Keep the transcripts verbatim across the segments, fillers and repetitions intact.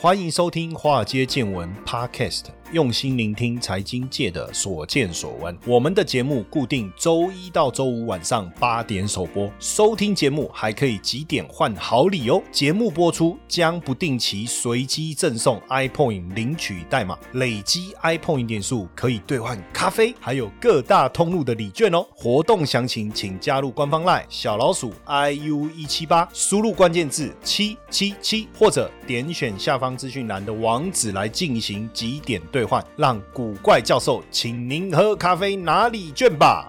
欢迎收听华尔街见闻 Podcast， 用心聆听财经界的所见所闻。我们的节目固定周一到周五晚上八点首播，收听节目还可以集点换好礼哦。节目播出将不定期随机赠送 iPoint 领取代码，累积 iPoint 点数可以兑换咖啡，还有各大通路的礼券哦。活动详情请加入官方 LINE 小老鼠 I U 一七八， 输入关键字七七七，或者点选下方资讯栏的网址来进行集点兑换，让古怪教授请您喝咖啡拿礼券吧。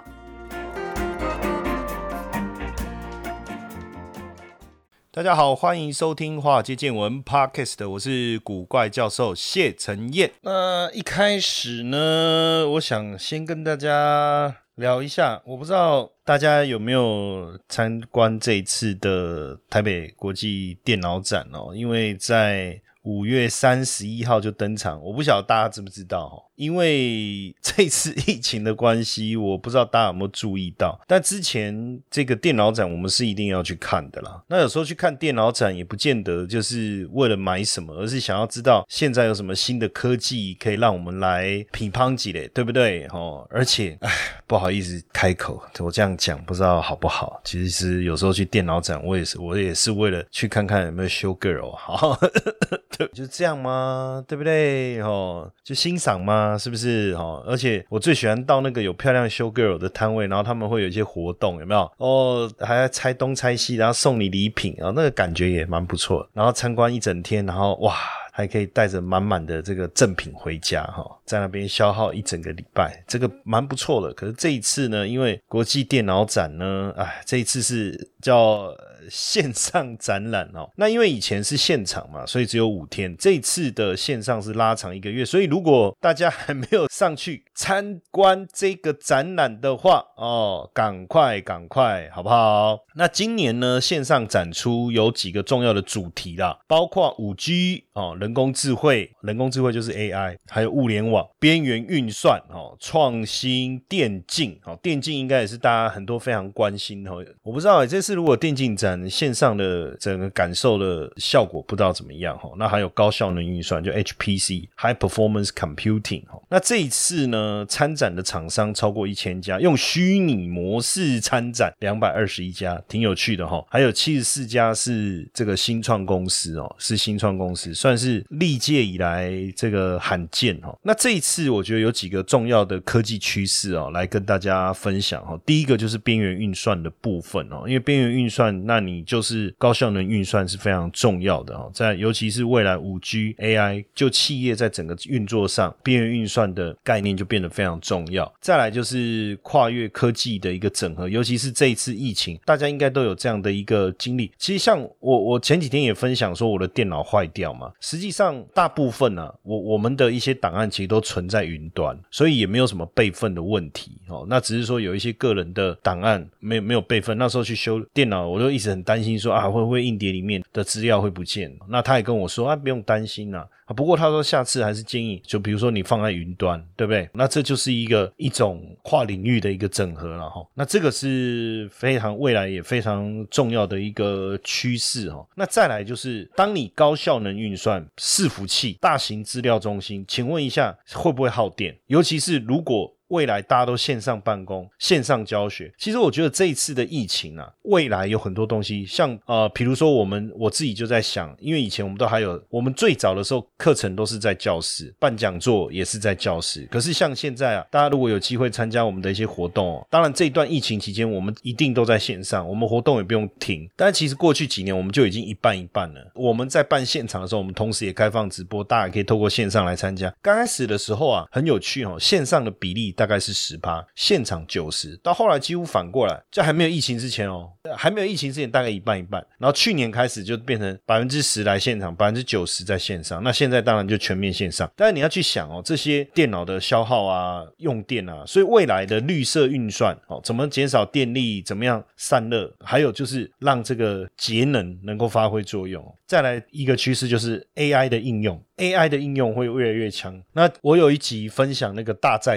大家好，欢迎收听华尔街见闻 Podcast， 我是古怪教授谢承彦。那一开始呢，我想先跟大家聊一下，我不知道大家有没有参观这一次的台北国际电脑展哦，因为在五月三十一号就登场，我不晓得大家知不知道哦，因为这次疫情的关系，我不知道大家有没有注意到，但之前这个电脑展我们是一定要去看的啦。那有时候去看电脑展也不见得就是为了买什么，而是想要知道现在有什么新的科技可以让我们来批判几嘞，对不对哦？而且唉，不好意思开口，我这样讲不知道好不好。其实有时候去电脑展我也是我也是为了去看看有没有 show girl 好就这样吗？对不对哦？就欣赏吗？是不是哦？而且我最喜欢到那个有漂亮 show girl 的摊位，然后他们会有一些活动，有没有？哦，还要猜东猜西，然后送你礼品啊、哦，那个感觉也蛮不错的。然后参观一整天，然后哇，还可以带着满满的这个赠品回家哈、哦，在那边消耗一整个礼拜，这个蛮不错的。可是这一次呢，因为国际电脑展呢，哎，这一次是叫线上展览哦。那因为以前是现场嘛，所以只有五天，这一次的线上是拉长一个月，所以如果大家还没有上去参观这个展览的话哦，赶快赶快好不好？那今年呢，线上展出有几个重要的主题啦，包括 五 G 哦，人工智慧，人工智慧就是 A I， 还有物联网、边缘运算哦，创新、电竞哦，电竞应该也是大家很多非常关心哦。我不知道这次如果电竞展线上的整个感受的效果不知道怎么样哦。那还有高效能运算，就 H P C High Performance Computing 哦。那这一次呢，参展的厂商超过一千家，用虚拟模式参展两百二十一家，挺有趣的哦。还有七十四家是这个新创公司哦，是新创公司，算是历届以来这个罕见哦。那这一次我觉得有几个重要的科技趋势哦，来跟大家分享哦。第一个就是边缘运算的部分哦，因为边缘运算，那你就是高效能运算是非常重要的哦。在尤其是未来 五 G A I， 就企业在整个运作上，边缘运算的概念就变得非常重要。再来就是跨越科技的一个整合，尤其是这一次疫情，大家应该都有这样的一个经历。其实像我我前几天也分享说我的电脑坏掉嘛，实际上大部分啊，我我们的一些档案其实都存在云端，所以也没有什么备份的问题哦。那只是说有一些个人的档案没有没有备份，那时候去修电脑，我就一直很担心说啊，会不会硬碟里面的资料会不见？那他也跟我说啊，不用担心啊。不过他说下次还是建议，就比如说你放在云端，对不对？那这就是一个一种跨领域的一个整合了齁。那这个是非常未来也非常重要的一个趋势齁。那再来就是当你高效能运算、伺服器、大型资料中心，请问一下会不会耗电？尤其是如果未来大家都线上办公、线上教学，其实我觉得这一次的疫情啊，未来有很多东西，像呃，比如说我们我自己就在想，因为以前我们都还有，我们最早的时候课程都是在教室办讲座，也是在教室。可是像现在啊，大家如果有机会参加我们的一些活动哦，当然这一段疫情期间我们一定都在线上，我们活动也不用停。但其实过去几年我们就已经一半一半了。我们在办现场的时候，我们同时也开放直播，大家也可以透过线上来参加。刚开始的时候啊，很有趣哦，线上的比例大概是 百分之十， 现场 百分之九十， 到后来几乎反过来，在还没有疫情之前哦，还没有疫情之前大概一半一半，然后去年开始就变成 百分之十 来现场， 百分之九十 在线上，那现在当然就全面线上。但是你要去想哦，这些电脑的消耗啊、用电啊，所以未来的绿色运算哦，怎么减少电力，怎么样散热，还有就是让这个节能能够发挥作用。再来一个趋势就是 A I 的应用，A I 的应用会越来越强。那我有一集分享那个大债时代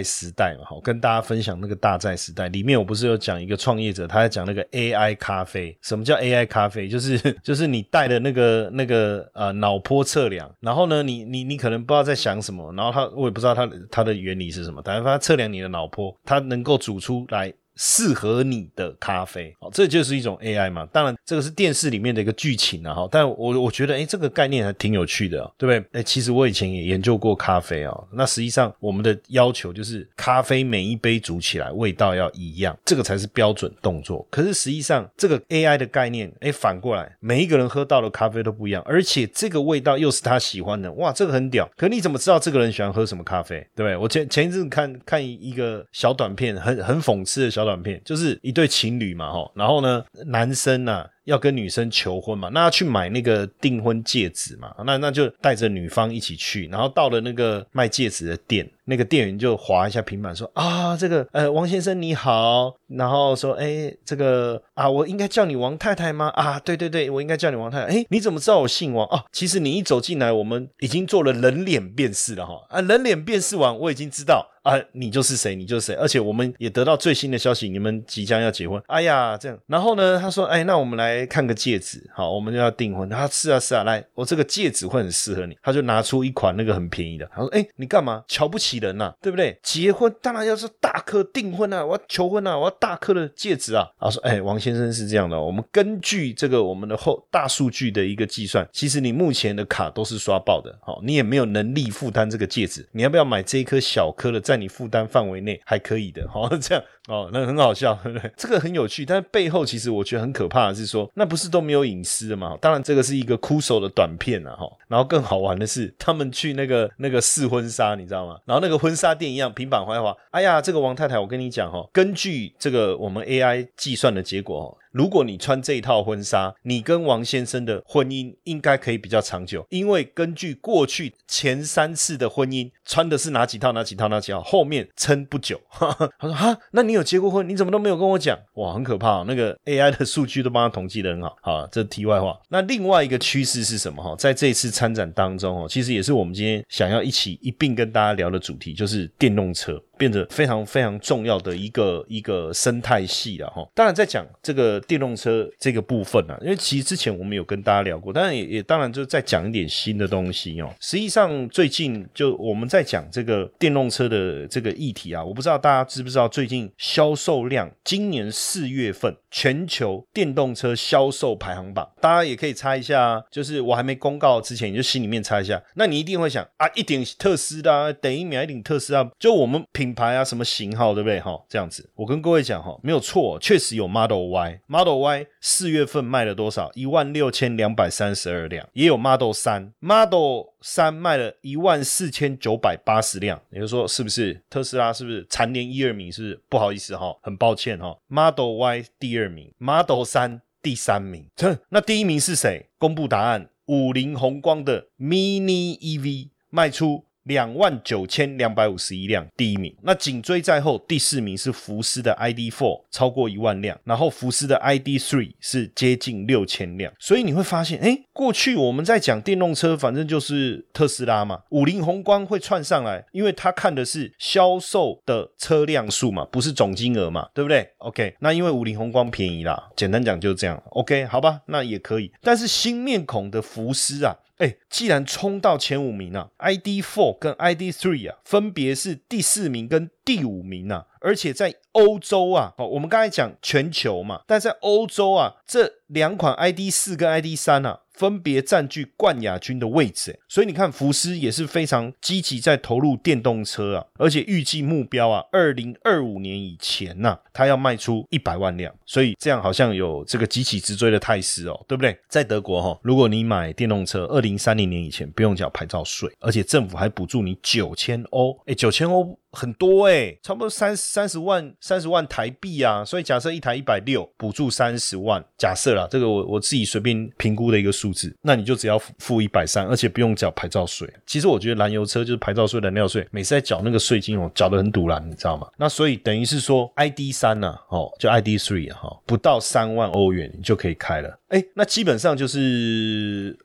代嘛，跟大家分享那个大债时代里面，我不是有讲一个创业者，他在讲那个 A I 咖啡。什么叫 A I 咖啡？就是就是你带的那个那个呃脑波测量，然后呢你你你可能不知道在想什么，然后他我也不知道他他的原理是什么，但是他测量你的脑波，他能够煮出来适合你的咖啡，哦，这就是一种 A I 嘛。当然这个是电视里面的一个剧情啊，但我我觉得诶这个概念还挺有趣的，哦，对不对？诶其实我以前也研究过咖啡哦。那实际上我们的要求就是咖啡每一杯煮起来味道要一样，这个才是标准动作。可是实际上这个 A I 的概念诶反过来每一个人喝到的咖啡都不一样，而且这个味道又是他喜欢的，哇这个很屌。可是你怎么知道这个人喜欢喝什么咖啡，对不对？我前前一阵看看一个小短片，很很讽刺的小短片，就是一对情侣嘛，然后呢男生啊要跟女生求婚嘛，那要去买那个订婚戒指嘛，那那就带着女方一起去，然后到了那个卖戒指的店，那个店员就滑一下平板说啊这个呃王先生你好，然后说诶这个啊我应该叫你王太太吗？啊对对对我应该叫你王太太。诶你怎么知道我姓王？哦其实你一走进来我们已经做了人脸辨识了齁，啊人脸辨识完我已经知道啊你就是谁你就是谁，而且我们也得到最新的消息，你们即将要结婚。哎呀这样，然后呢他说哎那我们来看个戒指，好我们就要订婚。他是啊是啊来我这个戒指会很适合你，他就拿出一款那个很便宜的，他说哎你干嘛瞧不起人啊，对不对？结婚当然要是大颗订婚啊，我要求婚啊，我要大颗的戒指啊。他说哎王先生是这样的，我们根据这个我们的后大数据的一个计算，其实你目前的卡都是刷爆的，好你也没有能力负担这个戒指，你要不要买这一颗小颗的，在你负担范围内还可以的，好这样哦那很好笑对不对？这个很有趣，但是背后其实我觉得很可怕的是说那不是都没有隐私的嘛。当然这个是一个酷手的短片啊，然后更好玩的是他们去那个那个试婚纱你知道吗？然后那个婚纱店一样平板滑滑，哎呀这个王太太我跟你讲哦，根据这个我们 A I 计算的结果哦，如果你穿这一套婚纱，你跟王先生的婚姻应该可以比较长久，因为根据过去前三次的婚姻穿的是哪几套哪几套哪几套，后面撑不久他说哈那你有结过婚你怎么都没有跟我讲？哇很可怕，那个 A I 的数据都帮他统计得很好。好这题外话。那另外一个趋势是什么？在这一次参展当中其实也是我们今天想要一起一并跟大家聊的主题，就是电动车变得非常非常重要的一个一个生态系啦。当然在讲这个电动车这个部分啊，因为其实之前我们有跟大家聊过，当然也也当然就再讲一点新的东西哦。实际上最近就我们在讲这个电动车的这个议题啊，我不知道大家知不知道最近销售量，今年四月份全球电动车销售排行榜，大家也可以猜一下啊，就是我还没公告之前你就心里面猜一下，那你一定会想啊一定是特斯拉，等一秒一定特斯拉，就我们品牌啊什么型号对不对？这样子我跟各位讲没有错，确实有 Model Y Model Y 四月份卖了多少？一万六千两百三十二辆，也有 Model 三 Model 三卖了一万四千九百八十辆，也就是说是不是特斯拉是不是蝉联一二名？是不是不好意思很抱歉 Model Y 第二名 Model 三第三名，那第一名是谁？公布答案，五菱宏光的 Mini E V 卖出两万九千两百五十一辆，第一名。那紧追在后，第四名是福斯的 I D 四 超过一万辆，然后福斯的 I D 三 是接近六千辆。所以你会发现诶过去我们在讲电动车反正就是特斯拉嘛，五菱宏光会窜上来，因为他看的是销售的车辆数嘛，不是总金额嘛，对不对？ OK 那因为五菱宏光便宜啦，简单讲就是这样 OK 好吧，那也可以。但是新面孔的福斯啊哎，既然冲到前五名啊 I D 四 跟 I D 三 啊分别是第四名跟第五名啊，而且在欧洲啊，我们刚才讲全球嘛，但在欧洲啊这两款 I D 四 跟 I D 三 啊分别占据冠亚军的位置，所以你看福斯也是非常积极在投入电动车啊，而且预计目标啊二零二五年以前啊它要卖出一百万辆，所以这样好像有这个急起直追的态势哦，对不对？在德国哦，如果你买电动车二零三零年以前不用缴牌照税，而且政府还补助你九千欧，诶九千欧很多诶，差不多三十万三十万台币啊，所以假设一台一百六十补助三十万，假设啦，这个我我自己随便评估的一个数字，那你就只要付一百三十，而且不用缴牌照税。其实我觉得燃油车就是牌照税燃料税每次在缴那个税金哦，缴得很堵然，你知道吗？那所以等于是说 I D 三 啊哦，就 I D 三 啊、哦、不到三万欧元你就可以开了。诶那基本上就是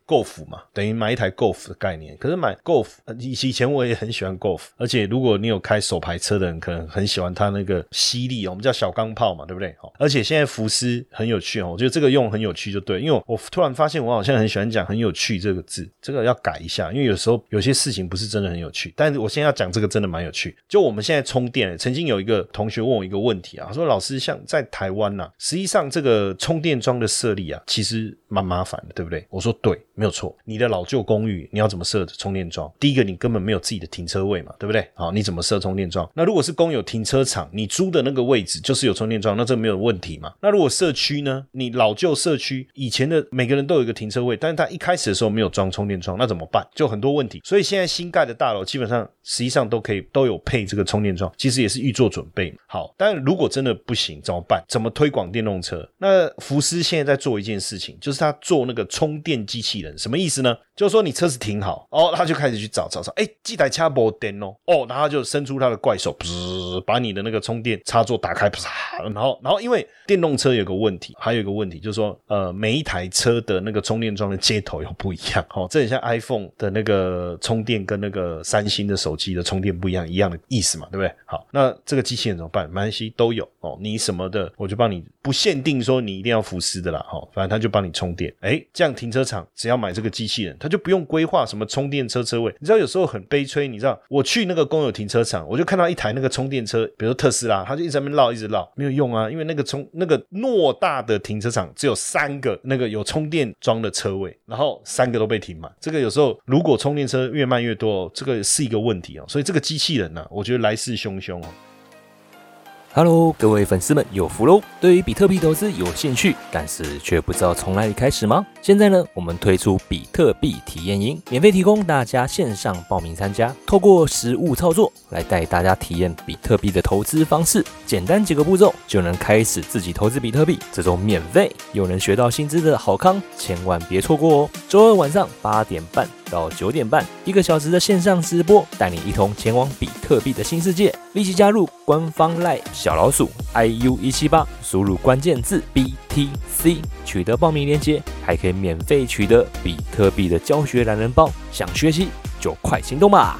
Golf 嘛，等于买一台 Golf 的概念。可是买 Golf 以前我也很喜欢 Golf， 而且如果你有开手排车的人可能很喜欢它那个吸力，我们叫小钢炮嘛，对不对？而且现在福斯很有趣，我觉得这个用很有趣就对，因为我突然发现我好像很喜欢讲很有趣这个字，这个要改一下，因为有时候有些事情不是真的很有趣，但是我现在要讲这个真的蛮有趣。就我们现在充电，曾经有一个同学问我一个问题啊，他说老师，像在台湾啊，实际上这个充电桩的设立啊其实蛮麻烦的，对不对？我说对，没有错。你的老旧公寓你要怎么设充电桩？第一个你根本没有自己的停车位嘛，对不对？好，你怎么设充电桩？那如果是公有停车场，你租的那个位置就是有充电桩，那这没有问题嘛。那如果社区呢，你老旧社区以前的每个人都有一个停车位，但是他一开始的时候没有装充电桩，那怎么办？就很多问题。所以现在新盖的大楼基本上实际上都可以都有配这个充电桩，其实也是预做准备。好，但如果真的不行怎么办？怎么推广电动车？那福斯现在在做一件事情，就是他做那个充电机器人。什么意思呢？就是说你车子停好哦，他就开始去找找找，哎，这台车没电哦，哦，然后他就伸出他的怪手，把你的那个充电插座打开，然后然后因为电动车有个问题，还有一个问题就是说，呃，每一台车的那个充电桩的接头又不一样，哦，这很像 iPhone 的那个充电跟那个三星的手机的充电不一样，一样的意思嘛，对不对？好，那这个机器人怎么办？没关系，都有哦，你什么的我就帮你，不限定说你一定要福斯的啦，哦，反正他就帮你充电。诶，这样停车场只要买这个机器人，他就不用规划什么充电车车位。你知道有时候很悲催，你知道我去那个公有停车场，我就看到一台那个充电车，比如说特斯拉，他就一直在那边绕一直绕，没有用啊，因为那个充那个偌大的停车场只有三个那个有充电桩的车位，然后三个都被停满。这个有时候如果充电车越卖越多，这个是一个问题哦。所以这个机器人呢、啊，我觉得来势汹汹哦。 Hello， 各位粉丝们有福喽！对于比特币投资有兴趣，但是却不知道从哪里开始吗？现在呢，我们推出比特币体验营，免费提供大家线上报名参加，透过实物操作来带大家体验比特币的投资方式，简单几个步骤就能开始自己投资比特币。这种免费又能学到新知的好康，千万别错过哦！周二晚上八点半到九点半，一个小时的线上直播，带你一同前往比特币的新世界。立即加入官方 LINE 小老鼠 I U 一七八，输入关键字 B T C， 取得报名链接，还可以免费取得比特币的教学懒人包。想学习就快行动吧！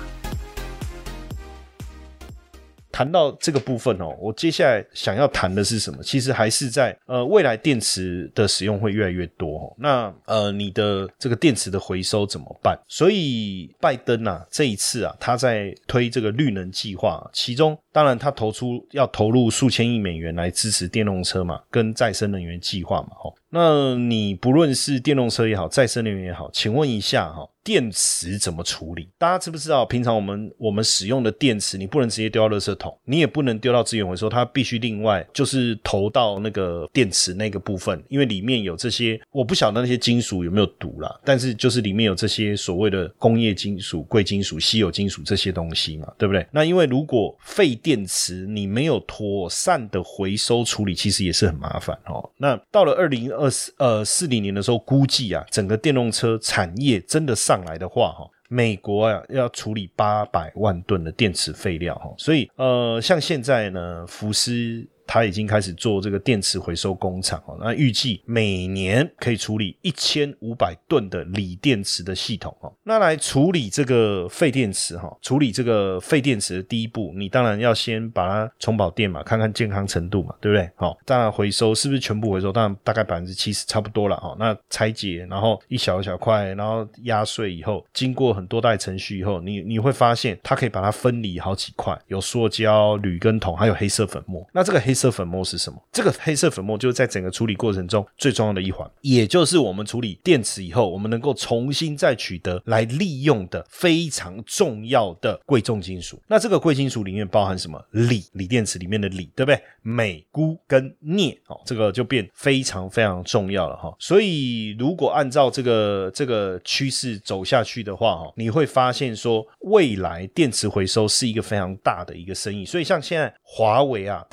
谈到这个部分哦，我接下来想要谈的是什么？其实还是在呃未来电池的使用会越来越多哦。那呃你的这个电池的回收怎么办？所以拜登啊这一次啊他在推这个绿能计划，其中当然他投出要投入数千亿美元来支持电动车嘛，跟再生能源计划嘛哦。那你不论是电动车也好，再生能源也好，请问一下哈、哦，电池怎么处理？大家知不知道平常我们我们使用的电池，你不能直接丢到垃圾桶，你也不能丢到资源回收，它必须另外就是投到那个电池那个部分，因为里面有这些，我不晓得那些金属有没有毒啦，但是就是里面有这些所谓的工业金属、贵金属、稀有金属这些东西嘛，对不对？那因为如果废电池你没有妥善的回收处理，其实也是很麻烦哦。那到了二零四零年的时候，估计啊整个电动车产业真的上来的话，美国啊要处理八百万吨的电池废料，所以呃像现在呢，福斯他已经开始做这个电池回收工厂，那预计每年可以处理一千五百吨的锂电池的系统。那来处理这个废电池，处理这个废电池的第一步，你当然要先把它充饱电嘛，看看健康程度嘛，对不对？当然回收是不是全部回收，当然大概 百分之七十 差不多了。那拆解然后一小一小块，然后压碎以后，经过很多代程序以后，你你会发现它可以把它分离好几块，有塑胶、铝跟铜，还有黑色粉末。那这个黑色粉末是什么？这个黑色粉末就是在整个处理过程中最重要的一环，也就是我们处理电池以后，我们能够重新再取得来利用的非常重要的贵重金属。那这个贵金属里面包含什么？锂，锂电池里面的锂，对不对？镁、钴跟镍、哦、这个就变非常非常重要了、哦、所以如果按照这个这个趋势走下去的话、哦、你会发现说未来电池回收是一个非常大的一个生意。所以像现在华为啊，它在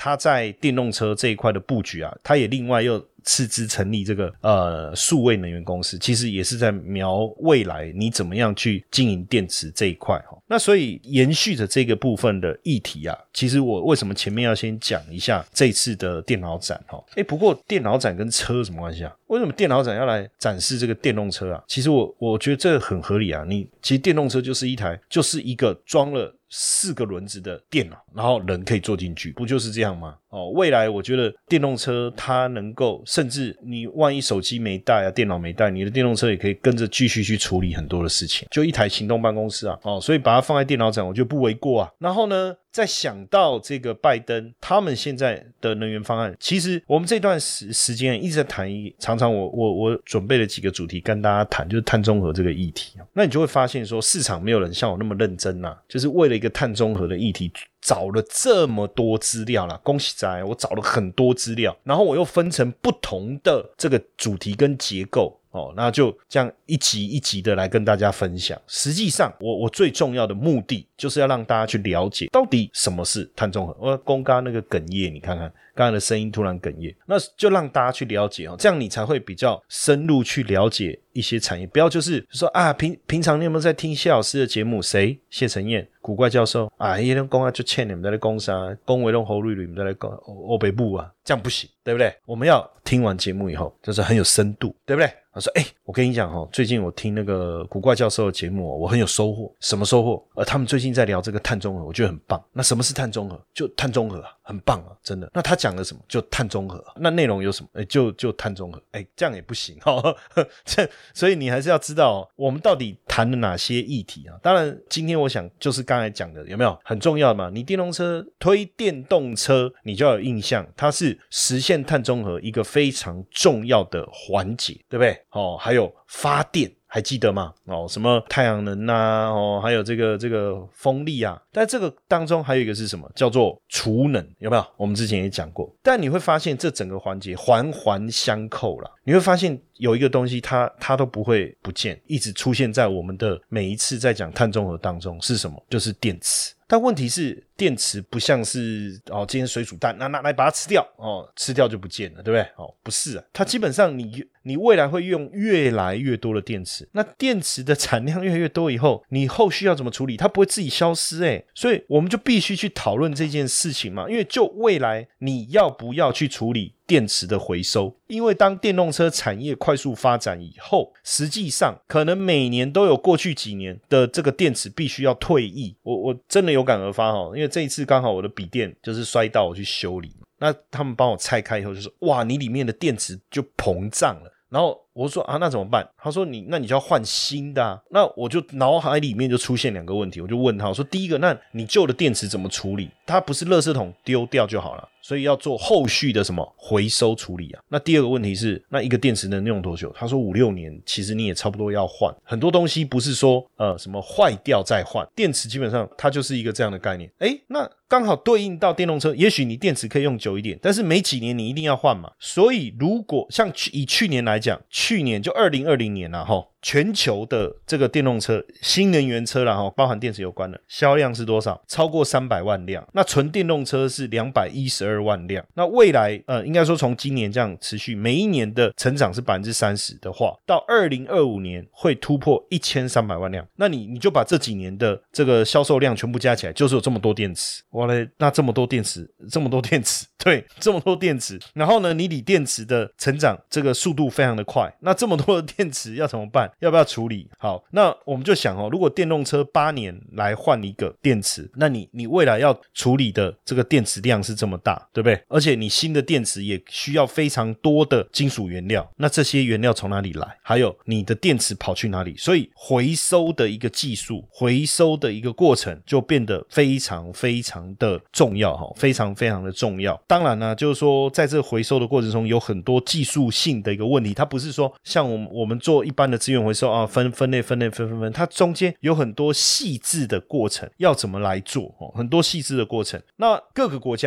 在电动车这一块的布局啊，它也另外又斥资成立这个呃数位能源公司，其实也是在瞄未来你怎么样去经营电池这一块、哦、那所以延续着这个部分的议题啊，其实我为什么前面要先讲一下这一次的电脑展、哦、诶不过电脑展跟车有什么关系啊？为什么电脑展要来展示这个电动车啊？其实我我觉得这很合理啊，你其实电动车就是一台就是一个装了四个轮子的电脑，然后人可以坐进去，不就是这样吗？哦，未来我觉得电动车它能够，甚至你万一手机没带啊，电脑没带，你的电动车也可以跟着继续去处理很多的事情，就一台行动办公室啊，哦，所以把它放在电脑展，我觉得不为过啊。然后呢，再想到这个拜登他们现在的能源方案，其实我们这段时时间一直在谈一，常常我我我准备了几个主题跟大家谈，就是碳中和这个议题。那你就会发现说，市场没有人像我那么认真啊，就是为了一个碳中和的议题找了这么多资料啦，恭喜在我找了很多资料，然后我又分成不同的这个主题跟结构。哦，那就这样一集一集的来跟大家分享。实际上我我最重要的目的就是要让大家去了解到底什么是碳中和。我公刚那个哽咽，你看看刚才的声音突然哽咽，那就让大家去了解哦，这样你才会比较深入去了解一些产业，不要就是说啊，平平常你有没有在听谢老师的节目？谁？谢承彦、古怪教授啊，一人讲啊就欠你们在那讲啥，讲维龙侯瑞瑞你们在那讲欧北部啊，这样不行，对不对？我们要听完节目以后，就是很有深度，对不对？他说：“哎、欸，我跟你讲哦，最近我听那个古怪教授的节目、哦，我很有收获。什么收获？呃，他们最近在聊这个碳中和，我觉得很棒。那什么是碳中和？就碳中和啊，很棒啊，真的。那他讲了什么？就碳中和、啊。那内容有什么？哎、欸，就就碳中和。哎、欸，这样也不行哦。这所以你还是要知道、哦，我们到底谈了哪些议题啊？当然，今天我想就是刚才讲的，有没有很重要的嘛？你电动车推电动车，你就要有印象，它是实现碳中和一个非常重要的环节，对不对？哦，还有发电，还记得吗？哦，什么太阳能啊，哦，还有这个这个风力啊，但这个当中还有一个是什么？叫做储能，有没有？我们之前也讲过。但你会发现这整个环节环环相扣啦，你会发现有一个东西它它都不会不见，一直出现在我们的每一次在讲碳中和当中，是什么？就是电池。但问题是电池不像是哦，今天水煮蛋，那拿来把它吃掉哦，吃掉就不见了，对不对？哦，不是啊，它基本上你你未来会用越来越多的电池，那电池的产量越来越多以后，你后续要怎么处理？它不会自己消失诶，所以我们就必须去讨论这件事情嘛，因为就未来你要不要去处理电池的回收，因为当电动车产业快速发展以后，实际上可能每年都有过去几年的这个电池必须要退役，我我真的有感而发哦，因为这一次刚好我的笔电就是摔到我去修理，那他们帮我拆开以后就说，哇，你里面的电池就膨胀了，然后我说啊，那怎么办？他说你那你就要换新的啊。那我就脑海里面就出现两个问题，我就问他，我说第一个，那你旧的电池怎么处理？它不是垃圾桶丢掉就好了，所以要做后续的什么回收处理啊。那第二个问题是，那一个电池能用多久？他说五六年，其实你也差不多要换。很多东西不是说呃什么坏掉再换，电池基本上它就是一个这样的概念。诶，那刚好对应到电动车，也许你电池可以用久一点，但是没几年你一定要换嘛。所以如果像以去年来讲，去年就二零二零年啊齁，全球的这个电动车新能源车啦齁，包含电池有关的销量是多少？超过三百万辆。那纯电动车是两百一十二万辆。那未来呃应该说从今年这样持续每一年的成长是 百分之三十 的话，到二零二五年会突破一千三百万辆。那你你就把这几年的这个销售量全部加起来，就是有这么多电池。哇嘞，那这么多电池，这么多电池，对，这么多电池。然后呢，你锂电池的成长这个速度非常的快，那这么多的电池要怎么办？要不要处理？好，那我们就想哦，如果电动车八年来换一个电池，那你你未来要处理的这个电池量是这么大，对不对？而且你新的电池也需要非常多的金属原料，那这些原料从哪里来？还有你的电池跑去哪里？所以回收的一个技术，回收的一个过程就变得非常非常的重要，非常非常的重要。当然呢，就是说在这回收的过程中有很多技术性的一个问题，它不是说像我们我们做一般的资源回收啊，分分类分类分分分，它中间有很多细致的过程要怎么来做，很多细致的过程。那各个国家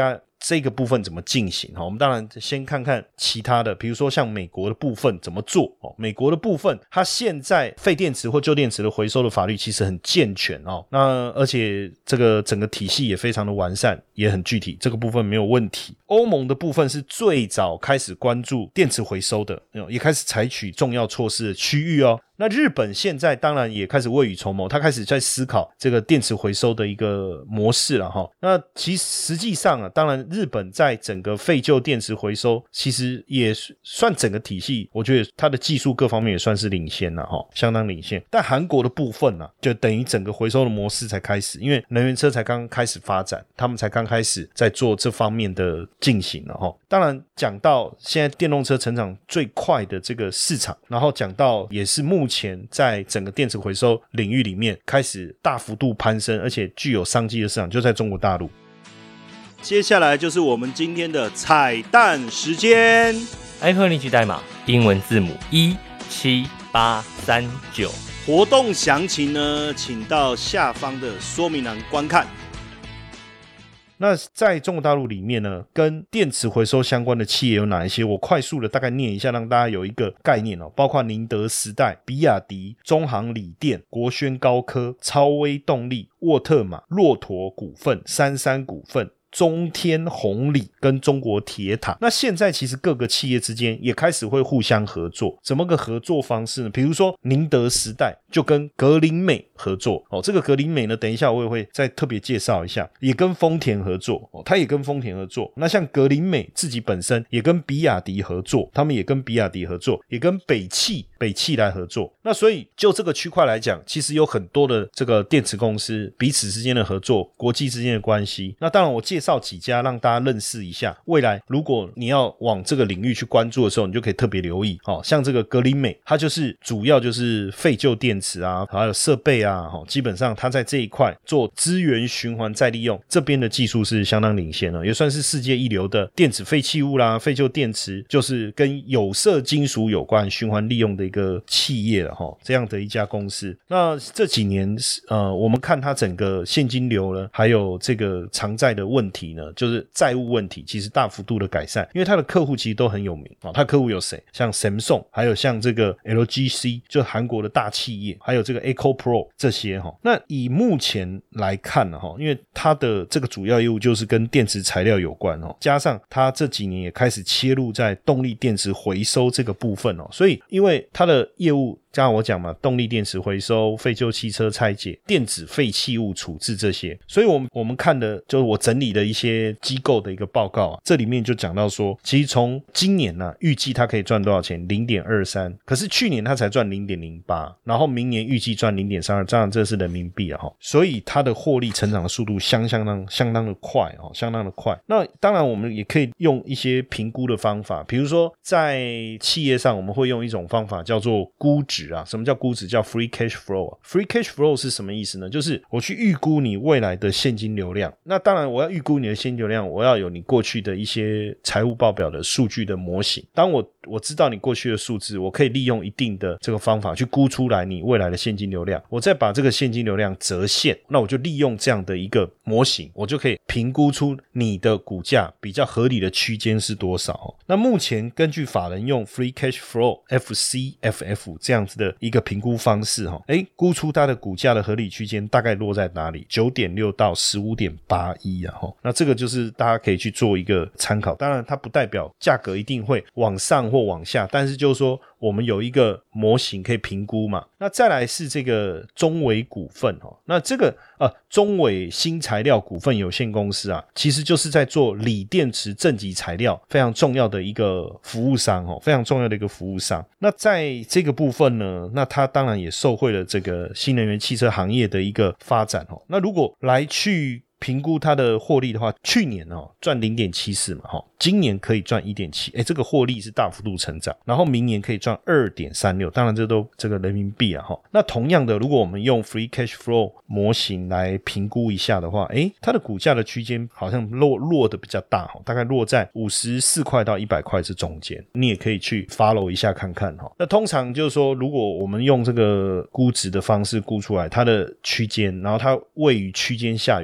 这个部分怎么进行。我们当然先看看其他的，比如说像美国的部分怎么做。美国的部分它现在废电池或旧电池的回收的法律其实很健全哦，那而且这个整个体系也非常的完善，也很具体，这个部分没有问题。欧盟的部分是最早开始关注电池回收的，也开始采取重要措施的区域哦。那日本现在当然也开始未雨绸缪，他开始在思考这个电池回收的一个模式了哈。那其实实际上啊，当然日本在整个废旧电池回收其实也算整个体系，我觉得它的技术各方面也算是领先了哈，相当领先。但韩国的部分啊，就等于整个回收的模式才开始，因为能源车才刚开始发展，他们才刚开始在做这方面的进行了哈。当然讲到现在电动车成长最快的这个市场，然后讲到也是目前在整个电池回收领域里面开始大幅度攀升而且具有商机的市场，就在中国大陆。接下来就是我们今天的彩蛋时间， iPhone 领取代码英文字母一七八三九， 活动详情呢请到下方的说明栏观看。那在中国大陆里面呢，跟电池回收相关的企业有哪一些？我快速的大概念一下，让大家有一个概念哦。包括宁德时代、比亚迪、中航锂电、国轩高科、超威动力、沃特玛、骆驼股份、三山股份、中天红锂跟中国铁塔。那现在其实各个企业之间也开始会互相合作，怎么个合作方式呢？比如说宁德时代就跟格林美合作哦，这个格林美呢，等一下我也会再特别介绍一下，也跟丰田合作哦，他也跟丰田合作。那像格林美自己本身也跟比亚迪合作，他们也跟比亚迪合作，也跟北汽北汽来合作。那所以就这个区块来讲，其实有很多的这个电池公司彼此之间的合作，国际之间的关系。那当然我介绍几家让大家认识一下，未来如果你要往这个领域去关注的时候，你就可以特别留意哦。像这个格林美，它就是主要就是废旧电池啊，还有设备啊，基本上它在这一块做资源循环再利用，这边的技术是相当领先的，也算是世界一流的电子废弃物啦、废旧电池，就是跟有色金属有关循环利用的一个企业了哈，这样的一家公司。那这几年呃，我们看它整个现金流呢，还有这个偿债的问题呢，就是债务问题其实大幅度的改善，因为它的客户其实都很有名啊。它客户有谁？像 Samsung， 还有像这个 L G C， 就韩国的大企业，还有这个 EcoPro 这些哈。那以目前来看呢哈，因为它的这个主要业务就是跟电池材料有关哦，加上它这几年也开始切入在动力电池回收这个部分哦，所以因为它的业务刚刚我讲嘛，动力电池回收、废旧汽车拆解、电子废弃物处置这些，所以我们我们看的就是我整理的一些机构的一个报告啊，这里面就讲到说，其实从今年啊，预计它可以赚多少钱 零点二三， 可是去年它才赚 零点零八， 然后明年预计赚 零点三二， 当然这是人民币啊，所以它的获利成长的速度相相当相当的快哦，相当的快。那当然我们也可以用一些评估的方法，比如说在企业上我们会用一种方法叫做估值啊，什么叫估值？叫 free cash flow 啊。free cash flow 是什么意思呢？就是我去预估你未来的现金流量。那当然我要预估你的现金流量，我要有你过去的一些财务报表的数据的模型。当我我知道你过去的数字，我可以利用一定的这个方法去估出来你未来的现金流量，我再把这个现金流量折现，那我就利用这样的一个模型，我就可以评估出你的股价比较合理的区间是多少。那目前根据法人用 free cash flow F C F F 这样子的一个评估方式，诶，估出它的股价的合理区间大概落在哪里？ 九点六 到 十五点八一 啊。那这个就是大家可以去做一个参考，当然它不代表价格一定会往上或往下，但是就是说我们有一个模型可以评估嘛。那再来是这个中伟股份，那这个呃中伟新材料股份有限公司啊，其实就是在做锂电池正极材料非常重要的一个服务商，非常重要的一个服务商。那在这个部分呢，那它当然也受惠了这个新能源汽车行业的一个发展。那如果来去评估它的获利的话，去年哦赚 零点七四 嘛，今年可以赚 一点七， 诶，这个获利是大幅度成长，然后明年可以赚 二点三六， 当然这都这个人民币啊。那同样的，如果我们用 free cash flow 模型来评估一下的话，诶，它的股价的区间好像落落的比较大，大概落在五十四块到一百块这中间，你也可以去 follow 一下看看。那通常就是说，如果我们用这个估值的方式估出来它的区间，然后它位于区间下缘，那当然就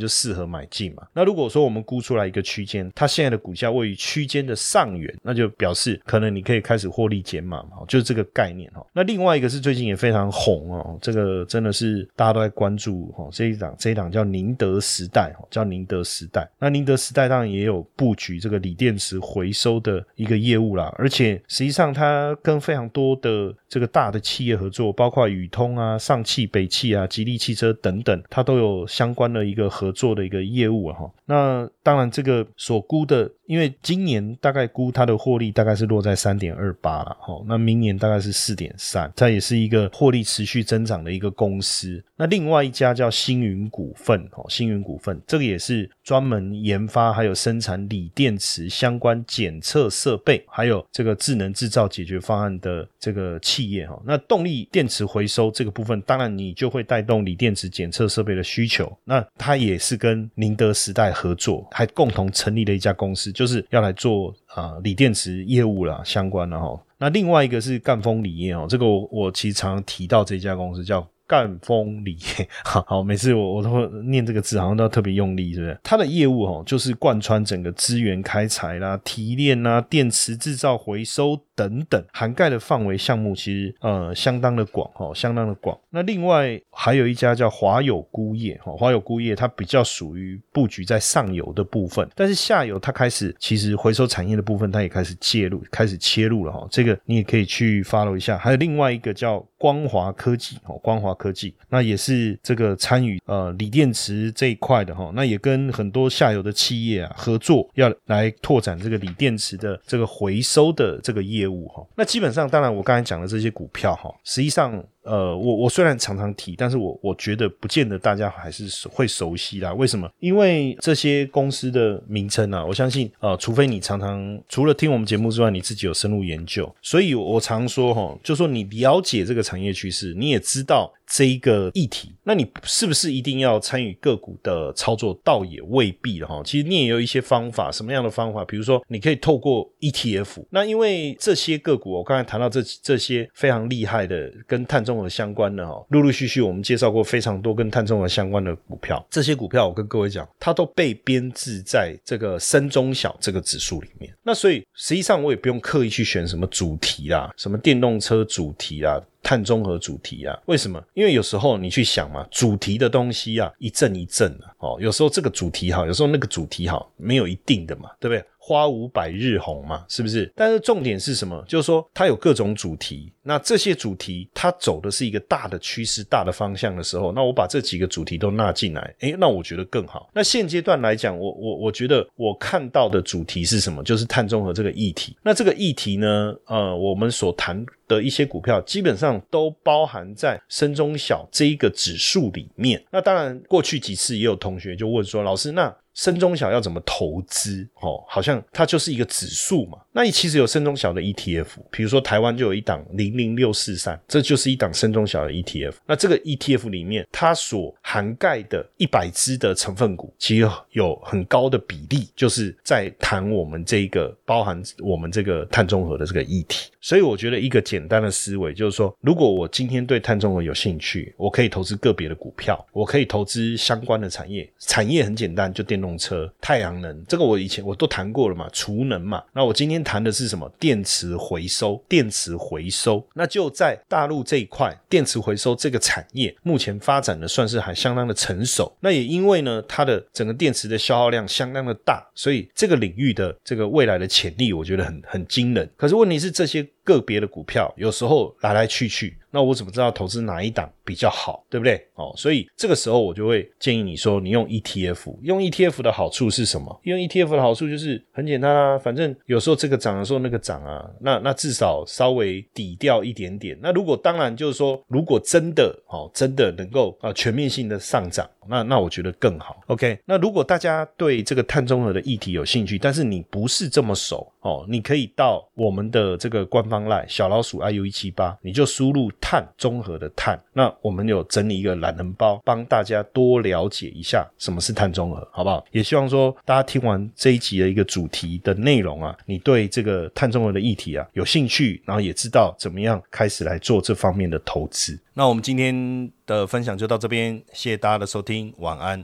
就适合买进嘛。那如果说我们估出来一个区间，它现在的股价位于区间的上缘，那就表示可能你可以开始获利减码嘛，就是这个概念。那另外一个是最近也非常红哦，这个真的是大家都在关注哦，这一档这一档叫宁德时代，叫宁德时代。那宁德时代当然也有布局这个锂电池回收的一个业务啦，而且实际上它跟非常多的这个大的企业合作，包括宇通啊、上汽、北汽啊、吉利汽车等等，它都有相关的一个合作的一个业务啊。那当然这个所估的，因为今年大概估它的获利大概是落在 三点二八 啦，那明年大概是 四点三， 它也是一个获利持续增长的一个公司。那另外一家叫星云股份，星云股份这个也是专门研发还有生产锂电池相关检测设备还有这个智能制造解决方案的这个企业。那动力电池回收这个部分，当然你就会带动锂电池检测设备的需求，那它也是跟宁德时代合作，还共同成立了一家公司，就是要来做啊锂电池业务啦相关的齁。那另外一个是赣锋锂业哦，这个我我其实常常提到这家公司叫赣锋锂业，好，每次我我都念这个字好像都要特别用力，是不是？它的业务哦，就是贯穿整个资源开采啦、提炼啦、电池制造、回收等等，涵盖的范围项目其实呃相当的广哦，相当的广。那另外还有一家叫华友钴业，哦，华友钴业它比较属于布局在上游的部分，但是下游它开始其实回收产业的部分它也开始介入，开始切入了哈，这个你也可以去 follow 一下。还有另外一个叫光华科技，哦，光华科技，那也是这个参与呃锂电池这一块的哈，那也跟很多下游的企业啊合作，要来拓展这个锂电池的这个回收的这个业务哈。那基本上，当然我刚才讲的这些股票哈，实际上呃，我我虽然常常提，但是我我觉得不见得大家还是会熟悉啦。为什么？因为这些公司的名称啊，我相信呃，除非你常常除了听我们节目之外，你自己有深入研究，所以我常说齁，就说你了解这个产业趋势，你也知道这一个议题，那你是不是一定要参与个股的操作？倒也未必了齁。其实你也有一些方法，什么样的方法？比如说你可以透过 E T F， 那因为这些个股，我刚才谈到这这些非常厉害的跟碳中和相关的齁，陆陆续续我们介绍过非常多跟碳中和相关的股票，这些股票我跟各位讲，它都被编制在这个深中小这个指数里面。那所以实际上我也不用刻意去选什么主题啦，什么电动车主题啦，碳中和主题啊。为什么？因为有时候你去想嘛，主题的东西啊一阵一阵啊，哦，有时候这个主题好，有时候那个主题好，没有一定的嘛，对不对？花无百日红嘛，是不是？但是重点是什么？就是说它有各种主题，那这些主题它走的是一个大的趋势、大的方向的时候，那我把这几个主题都纳进来，诶，那我觉得更好。那现阶段来讲，我我我觉得我看到的主题是什么？就是碳中和这个议题。那这个议题呢，呃，我们所谈的一些股票基本上都包含在深中小这一个指数里面。那当然过去几次也有同学就问说，老师，那深中小要怎么投资？哦，好像它就是一个指数嘛。那其实有深中小的 E T F， 比如说台湾就有一档零零六四三，这就是一档深中小的 E T F。那这个 E T F 里面，它所涵盖的一百只的成分股，其实有很高的比例，就是在谈我们这个包含我们这个碳中和的这个议题。所以我觉得一个简单的思维就是说，如果我今天对碳中和有兴趣，我可以投资个别的股票，我可以投资相关的产业。产业很简单，就电动车、太阳能，这个我以前我都谈过了嘛，储能嘛。那我今天谈的是什么？电池回收，电池回收。那就在大陆这一块，电池回收这个产业目前发展的算是还相当的成熟。那也因为呢，它的整个电池的消耗量相当的大，所以这个领域的这个未来的潜力，我觉得很很惊人。可是问题是，这些个别的股票有时候来来去去，那我怎么知道投资哪一档比较好，对不对？哦，所以这个时候我就会建议你说，你用 E T F。 用 E T F 的好处是什么？用 E T F 的好处就是很简单啊，反正有时候这个涨的时候那个涨啊，那那至少稍微抵掉一点点。那如果当然就是说，如果真的哦真的能够啊全面性的上涨，那那我觉得更好。 OK， 那如果大家对这个碳中和的议题有兴趣，但是你不是这么熟哦，你可以到我们的这个官方 LINE 小老鼠 I U 一七八， 你就输入碳中和的碳，那我们有整理一个懒人包，帮大家多了解一下什么是碳中和，好不好？也希望说大家听完这一集的一个主题的内容啊，你对这个碳中和的议题啊有兴趣，然后也知道怎么样开始来做这方面的投资。那我们今天的分享就到这边，谢谢大家的收听，晚安。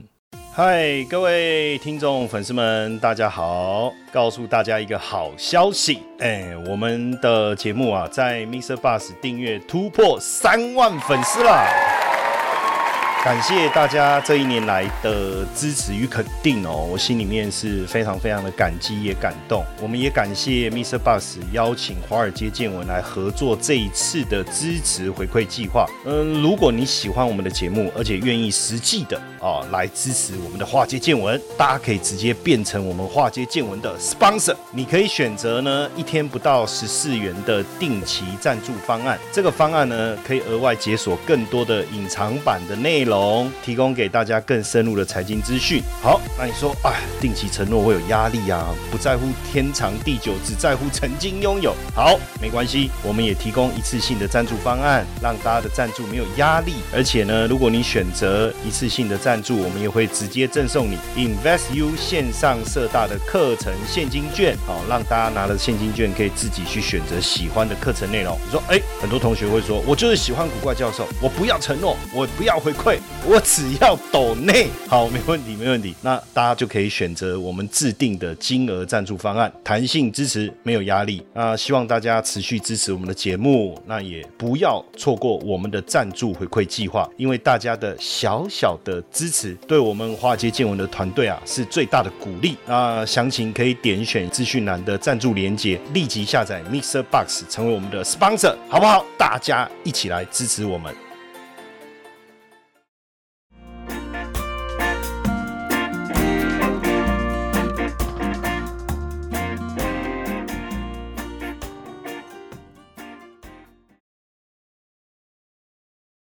嗨，各位听众粉丝们，大家好！告诉大家一个好消息，哎，我们的节目啊，在 MixerBox 订阅突破三万粉丝啦！感谢大家这一年来的支持与肯定哦，我心里面是非常非常的感激也感动。我们也感谢 MixerBox 邀请华尔街见闻来合作这一次的支持回馈计划。嗯，如果你喜欢我们的节目，而且愿意实际的啊来支持我们的华尔街见闻，大家可以直接变成我们华尔街见闻的 sponsor。你可以选择呢一天不到十四元的定期赞助方案，这个方案呢可以额外解锁更多的隐藏版的内容。提供给大家更深入的财经资讯。好，那你说，哎，定期承诺会有压力啊，不在乎天长地久，只在乎曾经拥有。好，没关系，我们也提供一次性的赞助方案，让大家的赞助没有压力。而且呢，如果你选择一次性的赞助，我们也会直接赠送你 InvestU 线上社大的课程现金券，好，让大家拿了现金券可以自己去选择喜欢的课程内容。你说，哎，很多同学会说，我就是喜欢古怪教授，我不要承诺，我不要回馈。我只要抖内，好，没问题，没问题。那大家就可以选择我们制定的金额赞助方案，弹性支持，没有压力。那希望大家持续支持我们的节目，那也不要错过我们的赞助回馈计划，因为大家的小小的支持，对我们华尔街见闻的团队啊是最大的鼓励。那详情可以点选资讯栏的赞助连结，立即下载 MixerBox 成为我们的 sponsor， 好不好？大家一起来支持我们。